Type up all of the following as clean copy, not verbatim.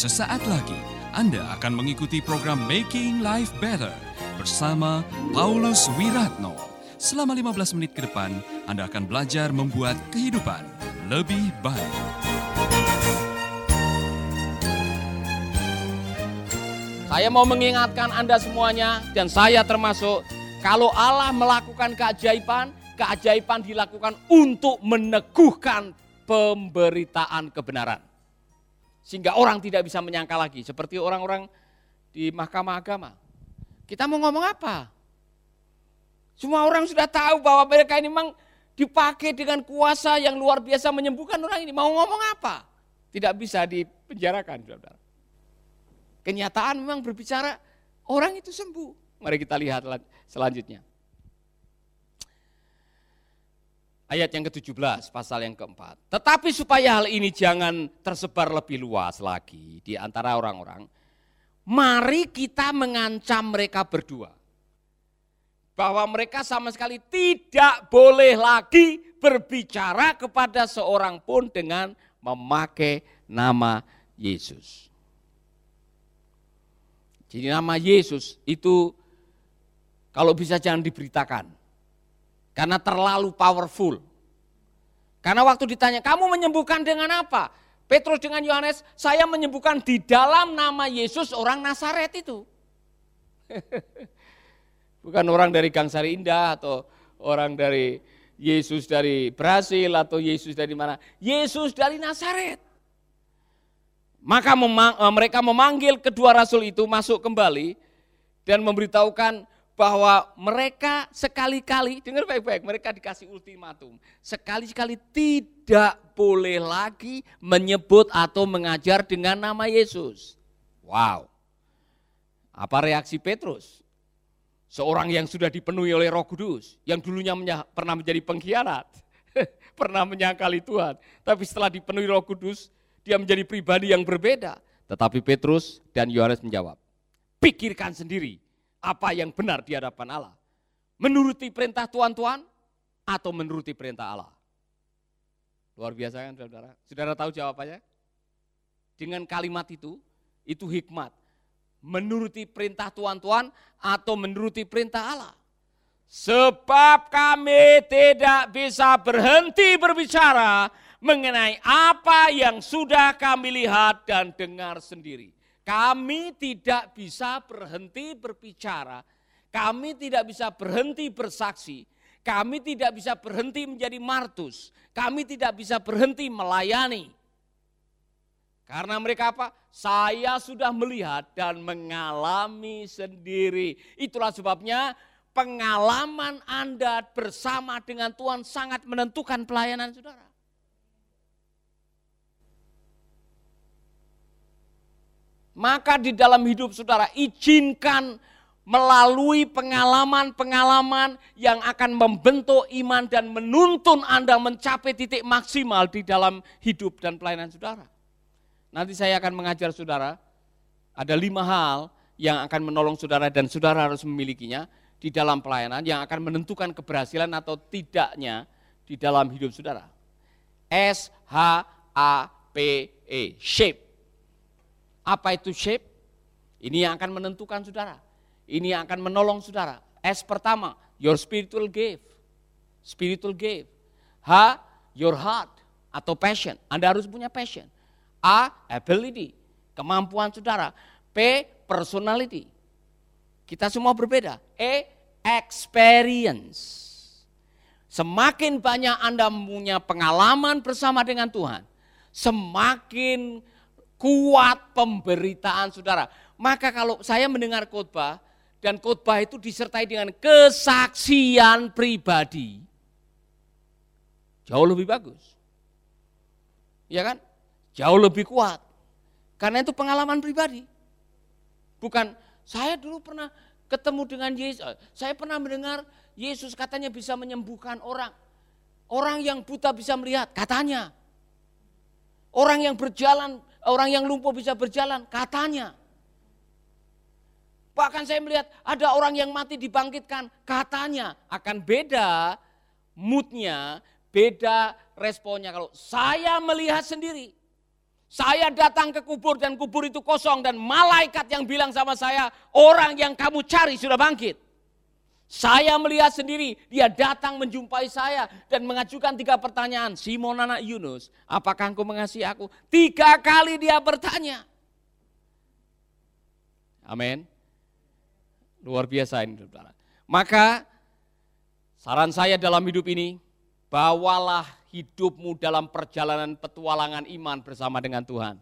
Sesaat lagi Anda akan mengikuti program Making Life Better bersama Paulus Wiratno. Selama 15 menit ke depan, Anda akan belajar membuat kehidupan lebih baik. Saya mau mengingatkan Anda semuanya, dan saya termasuk, kalau Allah melakukan keajaiban, keajaiban dilakukan untuk meneguhkan pemberitaan kebenaran. Sehingga orang tidak bisa menyangka lagi, seperti orang-orang di mahkamah agama. Kita mau ngomong apa? Semua orang sudah tahu bahwa mereka ini memang dipakai dengan kuasa yang luar biasa menyembuhkan orang ini. Mau ngomong apa? Tidak bisa dipenjarakan, saudara. Kenyataan memang berbicara, orang itu sembuh. Mari kita lihat selanjutnya. Ayat yang ke-17, pasal yang keempat. Tetapi supaya hal ini jangan tersebar lebih luas lagi di antara orang-orang, mari kita mengancam mereka berdua. Bahwa mereka sama sekali tidak boleh lagi berbicara kepada seorang pun dengan memakai nama Yesus. Jadi nama Yesus itu kalau bisa jangan diberitakan. Karena terlalu powerful. Karena waktu ditanya, kamu menyembuhkan dengan apa? Petrus dengan Yohanes, saya menyembuhkan di dalam nama Yesus orang Nazaret itu. Bukan orang dari Gang Sari Indah atau orang dari Yesus dari Brasil atau Yesus dari mana. Yesus dari Nazaret. Maka mereka memanggil kedua rasul itu masuk kembali dan memberitahukan bahwa mereka sekali-kali, dengar baik-baik, mereka dikasih ultimatum. Sekali-kali tidak boleh lagi menyebut atau mengajar dengan nama Yesus. Wow. Apa reaksi Petrus? Seorang yang sudah dipenuhi oleh Roh Kudus, yang dulunya pernah menjadi pengkhianat, pernah menyangkali Tuhan. Tapi setelah dipenuhi Roh Kudus, dia menjadi pribadi yang berbeda. Tetapi Petrus dan Yohanes menjawab, pikirkan sendiri. Apa yang benar di hadapan Allah? Menuruti perintah Tuhan atau menuruti perintah Allah? Luar biasa kan saudara? Saudara tahu jawabannya? Dengan kalimat itu hikmat. Menuruti perintah Tuhan atau menuruti perintah Allah? Sebab kami tidak bisa berhenti berbicara mengenai apa yang sudah kami lihat dan dengar sendiri. Kami tidak bisa berhenti berbicara, kami tidak bisa berhenti bersaksi, kami tidak bisa berhenti menjadi martus, kami tidak bisa berhenti melayani. Karena mereka apa? Saya sudah melihat dan mengalami sendiri. Itulah sebabnya pengalaman Anda bersama dengan Tuhan sangat menentukan pelayanan saudara. Maka di dalam hidup saudara izinkan melalui pengalaman-pengalaman yang akan membentuk iman dan menuntun Anda mencapai titik maksimal di dalam hidup dan pelayanan saudara. Nanti saya akan mengajar saudara, ada 5 hal yang akan menolong saudara dan saudara harus memilikinya di dalam pelayanan yang akan menentukan keberhasilan atau tidaknya di dalam hidup saudara. SHAPE, shape. Apa itu shape? Ini yang akan menentukan saudara. Ini yang akan menolong saudara. S pertama, your spiritual gift. Spiritual gift. H, your heart atau passion. Anda harus punya passion. A, ability, kemampuan saudara. P, personality. Kita semua berbeda. E, experience. Semakin banyak Anda punya pengalaman bersama dengan Tuhan, semakin kuat pemberitaan saudara. Maka kalau saya mendengar khotbah dan khotbah itu disertai dengan kesaksian pribadi, jauh lebih bagus. Ya kan? Jauh lebih kuat. Karena itu pengalaman pribadi. Bukan saya dulu pernah ketemu dengan Yesus, saya pernah mendengar Yesus katanya bisa menyembuhkan orang. Orang yang buta bisa melihat, katanya. Orang yang berjalan, orang yang lumpuh bisa berjalan, katanya. Bahkan saya melihat ada orang yang mati dibangkitkan, katanya. Akan beda moodnya, beda responnya. Kalau saya melihat sendiri, Saya datang ke kubur dan kubur itu kosong dan malaikat yang bilang sama saya, orang yang kamu cari sudah bangkit. Saya melihat sendiri, dia datang menjumpai saya dan mengajukan 3 pertanyaan. Simon anak Yunus, apakah engkau mengasihi aku? 3 kali dia bertanya. Amin. Luar biasa ini, saudara. Maka saran saya dalam hidup ini, bawalah hidupmu dalam perjalanan petualangan iman bersama dengan Tuhan.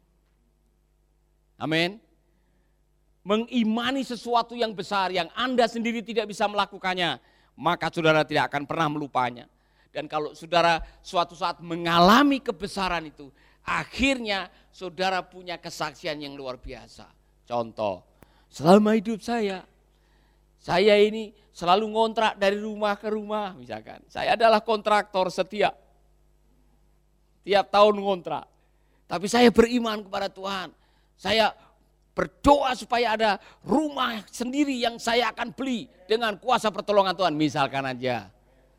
Amin. Mengimani sesuatu yang besar yang Anda sendiri tidak bisa melakukannya, maka saudara tidak akan pernah melupanya. Dan kalau saudara suatu saat mengalami kebesaran itu, akhirnya saudara punya kesaksian yang luar biasa. Contoh, selama hidup saya ini selalu ngontrak dari rumah ke rumah misalkan. Saya adalah kontraktor setia. Tiap tahun ngontrak. Tapi saya beriman kepada Tuhan. Saya berdoa supaya ada rumah sendiri yang saya akan beli dengan kuasa pertolongan Tuhan. Misalkan aja.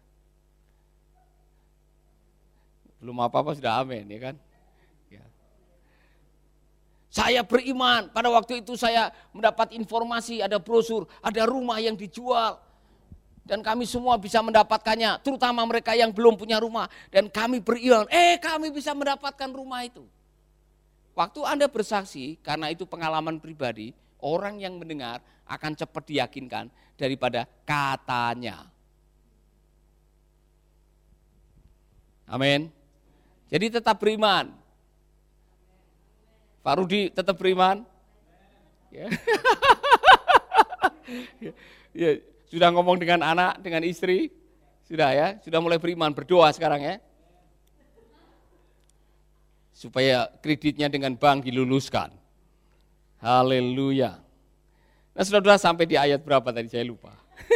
Belum apa-apa sudah amin, ya kan? Ya. Saya beriman, pada waktu itu saya mendapat informasi, ada brosur, ada rumah yang dijual. Dan kami semua bisa mendapatkannya, terutama mereka yang belum punya rumah. Dan kami beriman, kami bisa mendapatkan rumah itu. Waktu Anda bersaksi, karena itu pengalaman pribadi, orang yang mendengar akan cepat diyakinkan daripada katanya. Amin. Jadi tetap beriman. Pak Rudi tetap beriman. Ya. Ya, sudah ngomong dengan anak, dengan istri, sudah ya, sudah mulai beriman, berdoa sekarang ya. Supaya kreditnya dengan bank diluluskan. Haleluya. Nah, saudara sampai di ayat berapa tadi saya lupa.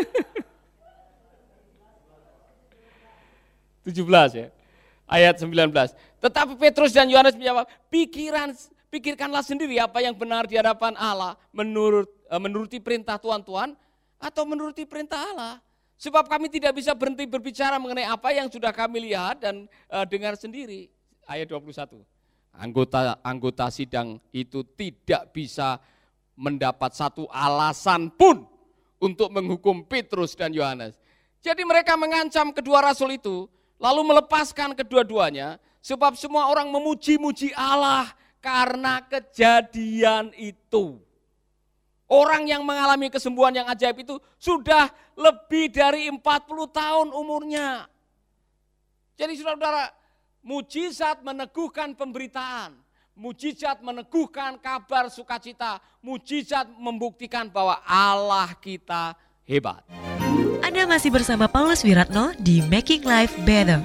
17 ya. Ayat 19. Tetapi Petrus dan Yohanes menjawab, pikirkanlah sendiri apa yang benar di hadapan Allah, menuruti perintah Tuhan atau menuruti perintah Allah. Sebab kami tidak bisa berhenti berbicara mengenai apa yang sudah kami lihat dan dengar sendiri. Ayat 21. Anggota sidang itu tidak bisa mendapat satu alasan pun untuk menghukum Petrus dan Yohanes. Jadi mereka mengancam kedua rasul itu, lalu melepaskan kedua-duanya, sebab semua orang memuji-muji Allah karena kejadian itu. Orang yang mengalami kesembuhan yang ajaib itu sudah lebih dari 40 tahun umurnya. Jadi saudara-saudara, mujizat meneguhkan pemberitaan, mujizat meneguhkan kabar sukacita, mujizat membuktikan bahwa Allah kita hebat. Anda masih bersama Paulus Wiratno di Making Life Better.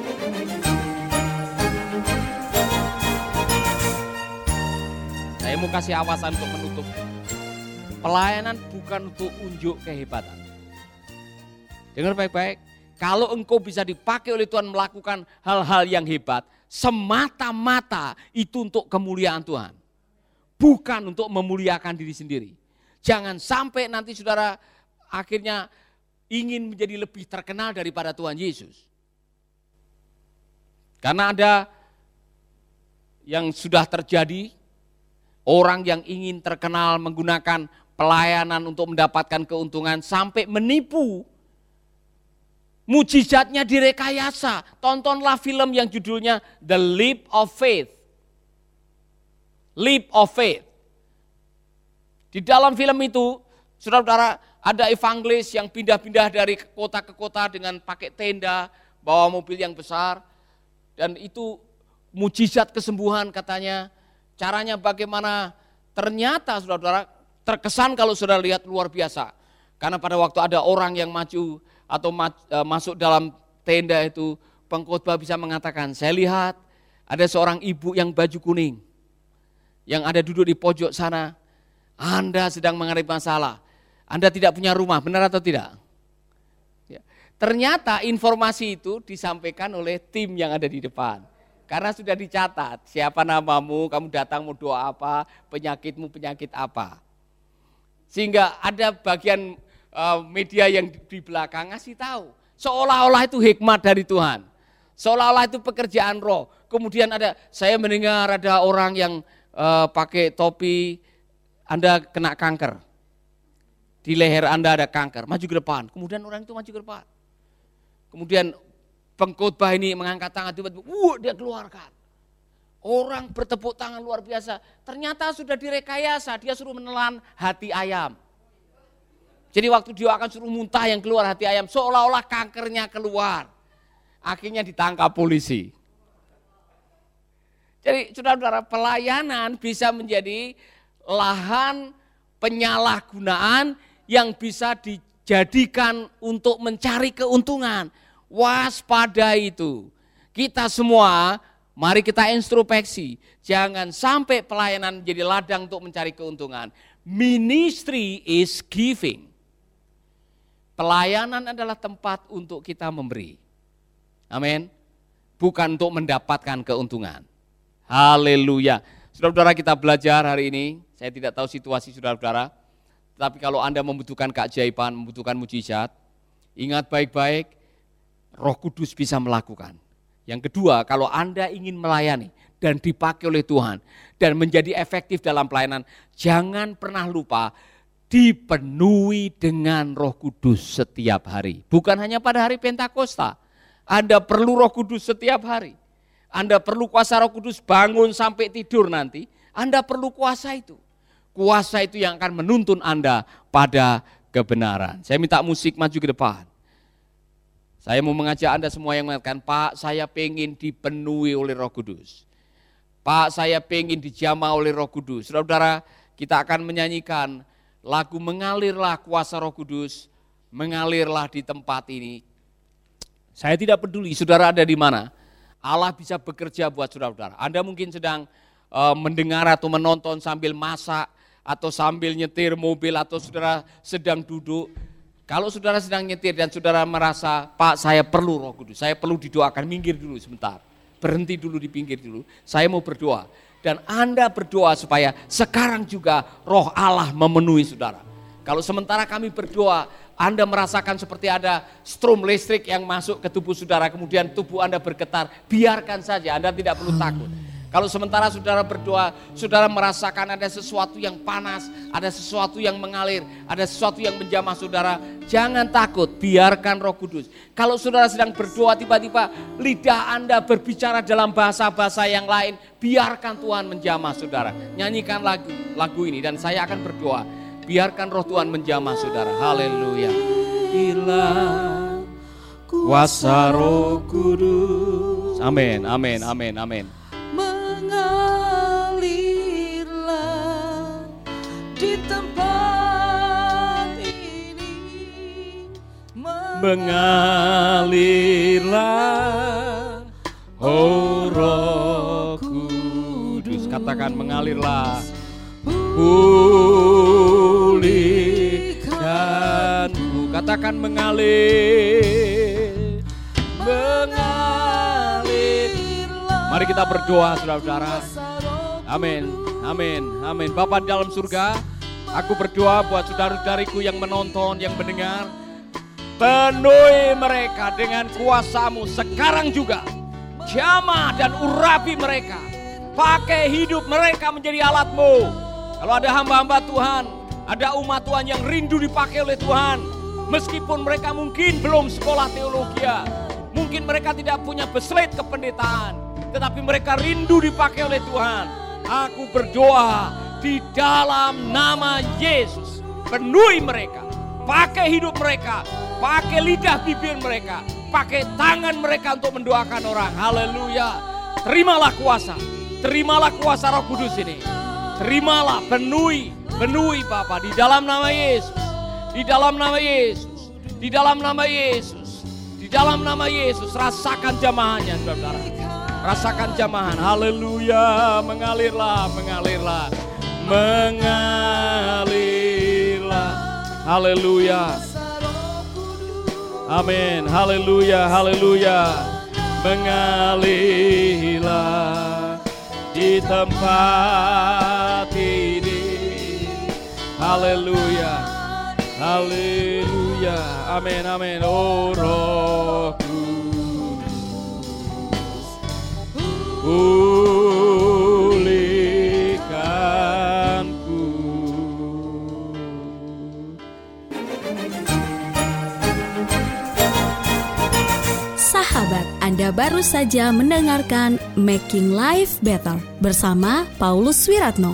Saya mau kasih awasan untuk menutup. Pelayanan bukan untuk unjuk kehebatan. Dengar baik-baik. Kalau engkau bisa dipakai oleh Tuhan melakukan hal-hal yang hebat, semata-mata itu untuk kemuliaan Tuhan. Bukan untuk memuliakan diri sendiri. Jangan sampai nanti saudara akhirnya ingin menjadi lebih terkenal daripada Tuhan Yesus. Karena ada yang sudah terjadi, orang yang ingin terkenal menggunakan pelayanan untuk mendapatkan keuntungan sampai menipu. Mujizatnya direkayasa. Tontonlah film yang judulnya The Leap of Faith. Leap of Faith. Di dalam film itu, saudara-saudara, ada evangelis yang pindah-pindah dari kota ke kota dengan pakai tenda, bawa mobil yang besar. Dan itu mujizat kesembuhan katanya. Caranya bagaimana? Ternyata saudara-saudara, terkesan kalau saudara lihat luar biasa. Karena pada waktu ada orang yang maju atau masuk dalam tenda itu, pengkhotbah bisa mengatakan, saya lihat ada seorang ibu yang baju kuning, yang ada duduk di pojok sana. Anda sedang menghadapi masalah, Anda tidak punya rumah, benar atau tidak? Ya. Ternyata informasi itu disampaikan oleh tim yang ada di depan. Karena sudah dicatat, siapa namamu, kamu datang mau doa apa, penyakitmu penyakit apa. Sehingga ada bagian media yang di belakang ngasih tahu. Seolah-olah itu hikmat dari Tuhan. Seolah-olah itu pekerjaan roh. Kemudian saya mendengar ada orang yang pakai topi, Anda kena kanker. Di leher Anda ada kanker, maju ke depan. Kemudian orang itu maju ke depan. Kemudian pengkhotbah ini mengangkat tangan, tiba-tiba dia keluarkan. Orang bertepuk tangan luar biasa. Ternyata sudah direkayasa, dia suruh menelan hati ayam. Jadi waktu dia akan suruh muntah yang keluar hati ayam, seolah-olah kankernya keluar. Akhirnya ditangkap polisi. Jadi saudara-saudara, pelayanan bisa menjadi lahan penyalahgunaan yang bisa dijadikan untuk mencari keuntungan. Waspada itu. Kita semua, mari kita introspeksi. Jangan sampai pelayanan menjadi ladang untuk mencari keuntungan. Ministry is giving. Pelayanan adalah tempat untuk kita memberi. Amin. Bukan untuk mendapatkan keuntungan. Haleluya. Saudara-saudara, kita belajar hari ini. Saya tidak tahu situasi saudara-saudara. Tapi kalau Anda membutuhkan keajaiban, membutuhkan mujizat, ingat baik-baik, Roh Kudus bisa melakukan. Yang kedua, kalau Anda ingin melayani dan dipakai oleh Tuhan dan menjadi efektif dalam pelayanan, jangan pernah lupa dipenuhi dengan Roh Kudus setiap hari. Bukan hanya pada hari Pentakosta. Anda perlu Roh Kudus setiap hari. Anda perlu kuasa Roh Kudus bangun sampai tidur nanti. Anda perlu kuasa itu. Kuasa itu yang akan menuntun Anda pada kebenaran. Saya minta musik maju ke depan. Saya mau mengajak Anda semua yang mengatakan, Pak, saya pengen dipenuhi oleh Roh Kudus. Pak, saya pengen dijamah oleh Roh Kudus. Saudara-saudara, kita akan menyanyikan lagu Mengalirlah Kuasa Roh Kudus, mengalirlah di tempat ini. Saya tidak peduli saudara ada di mana. Allah bisa bekerja buat saudara-saudara. Anda mungkin sedang mendengar atau menonton sambil masak, atau sambil nyetir mobil, atau saudara sedang duduk. Kalau saudara sedang nyetir dan saudara merasa, Pak, saya perlu Roh Kudus, saya perlu didoakan, minggir dulu sebentar. Berhenti dulu di pinggir dulu, saya mau berdoa. Dan Anda berdoa supaya sekarang juga Roh Allah memenuhi saudara. Kalau sementara kami berdoa, Anda merasakan seperti ada strom listrik yang masuk ke tubuh saudara, kemudian tubuh Anda bergetar, biarkan saja, Anda tidak perlu takut. Kalau sementara saudara berdoa, saudara merasakan ada sesuatu yang panas, ada sesuatu yang mengalir, ada sesuatu yang menjamah saudara, jangan takut, biarkan Roh Kudus. Kalau saudara sedang berdoa, tiba-tiba lidah Anda berbicara dalam bahasa-bahasa yang lain, biarkan Tuhan menjamah saudara. Nyanyikan lagu ini dan saya akan berdoa, biarkan Roh Tuhan menjamah saudara. Haleluya. Hilang kuasa Roh Kudus. Amin, amin, amin, amin. Mengalirlah di tempat ini, mengalirlah, oh Roh Kudus. Katakan mengalirlah, pulihkanku. Katakan mengalir, mengalir. Mari kita berdoa saudara-saudara. Amin, amin, amin. Bapa di dalam surga, aku berdoa buat saudara-saudariku yang menonton, yang mendengar. Penuhi mereka dengan kuasa-Mu sekarang juga. Jamah dan urapi mereka. Pakai hidup mereka menjadi alat-Mu. Kalau ada hamba-hamba Tuhan, ada umat Tuhan yang rindu dipakai oleh Tuhan. Meskipun mereka mungkin belum sekolah teologi, mungkin mereka tidak punya beslet kependetaan, tetapi mereka rindu dipakai oleh Tuhan. Aku berdoa di dalam nama Yesus, penuhi mereka, pakai hidup mereka, pakai lidah bibir mereka, pakai tangan mereka untuk mendoakan orang. Haleluya. Terimalah kuasa Roh Kudus ini. Terimalah, penuhi Bapa di dalam nama Yesus, di dalam nama Yesus, di dalam nama Yesus, di dalam nama Yesus. Rasakan jamahannya saudara. Rasakan jamahan. Haleluya. Mengalirlah, mengalirlah, mengalirlah. Haleluya. Amin. Haleluya, haleluya. Mengalirlah di tempat ini. Haleluya. Haleluya. Amin, amin. Oh Roh Kudus. pulihkanku. Sahabat, Anda baru saja mendengarkan Making Life Better bersama Paulus Wiratno.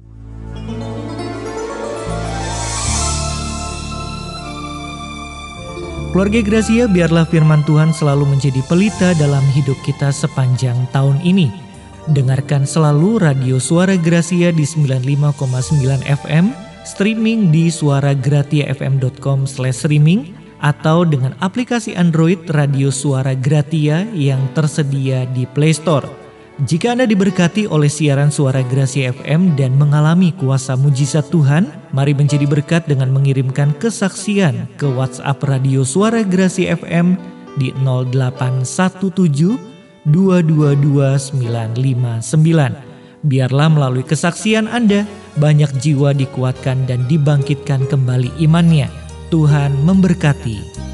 Keluarga Gracia, biarlah firman Tuhan selalu menjadi pelita dalam hidup kita sepanjang tahun ini. Dengarkan selalu radio Suara Gracia di 95,9 FM, streaming di suaragratiafm.com/streaming, atau dengan aplikasi Android Radio Suara Gratia yang tersedia di Play Store. Jika Anda diberkati oleh siaran Suara Gracia FM dan mengalami kuasa mujizat Tuhan, mari menjadi berkat dengan mengirimkan kesaksian ke WhatsApp Radio Suara Gracia FM di 0817 222 959. Biarlah melalui kesaksian Anda, banyak jiwa dikuatkan dan dibangkitkan kembali imannya. Tuhan memberkati.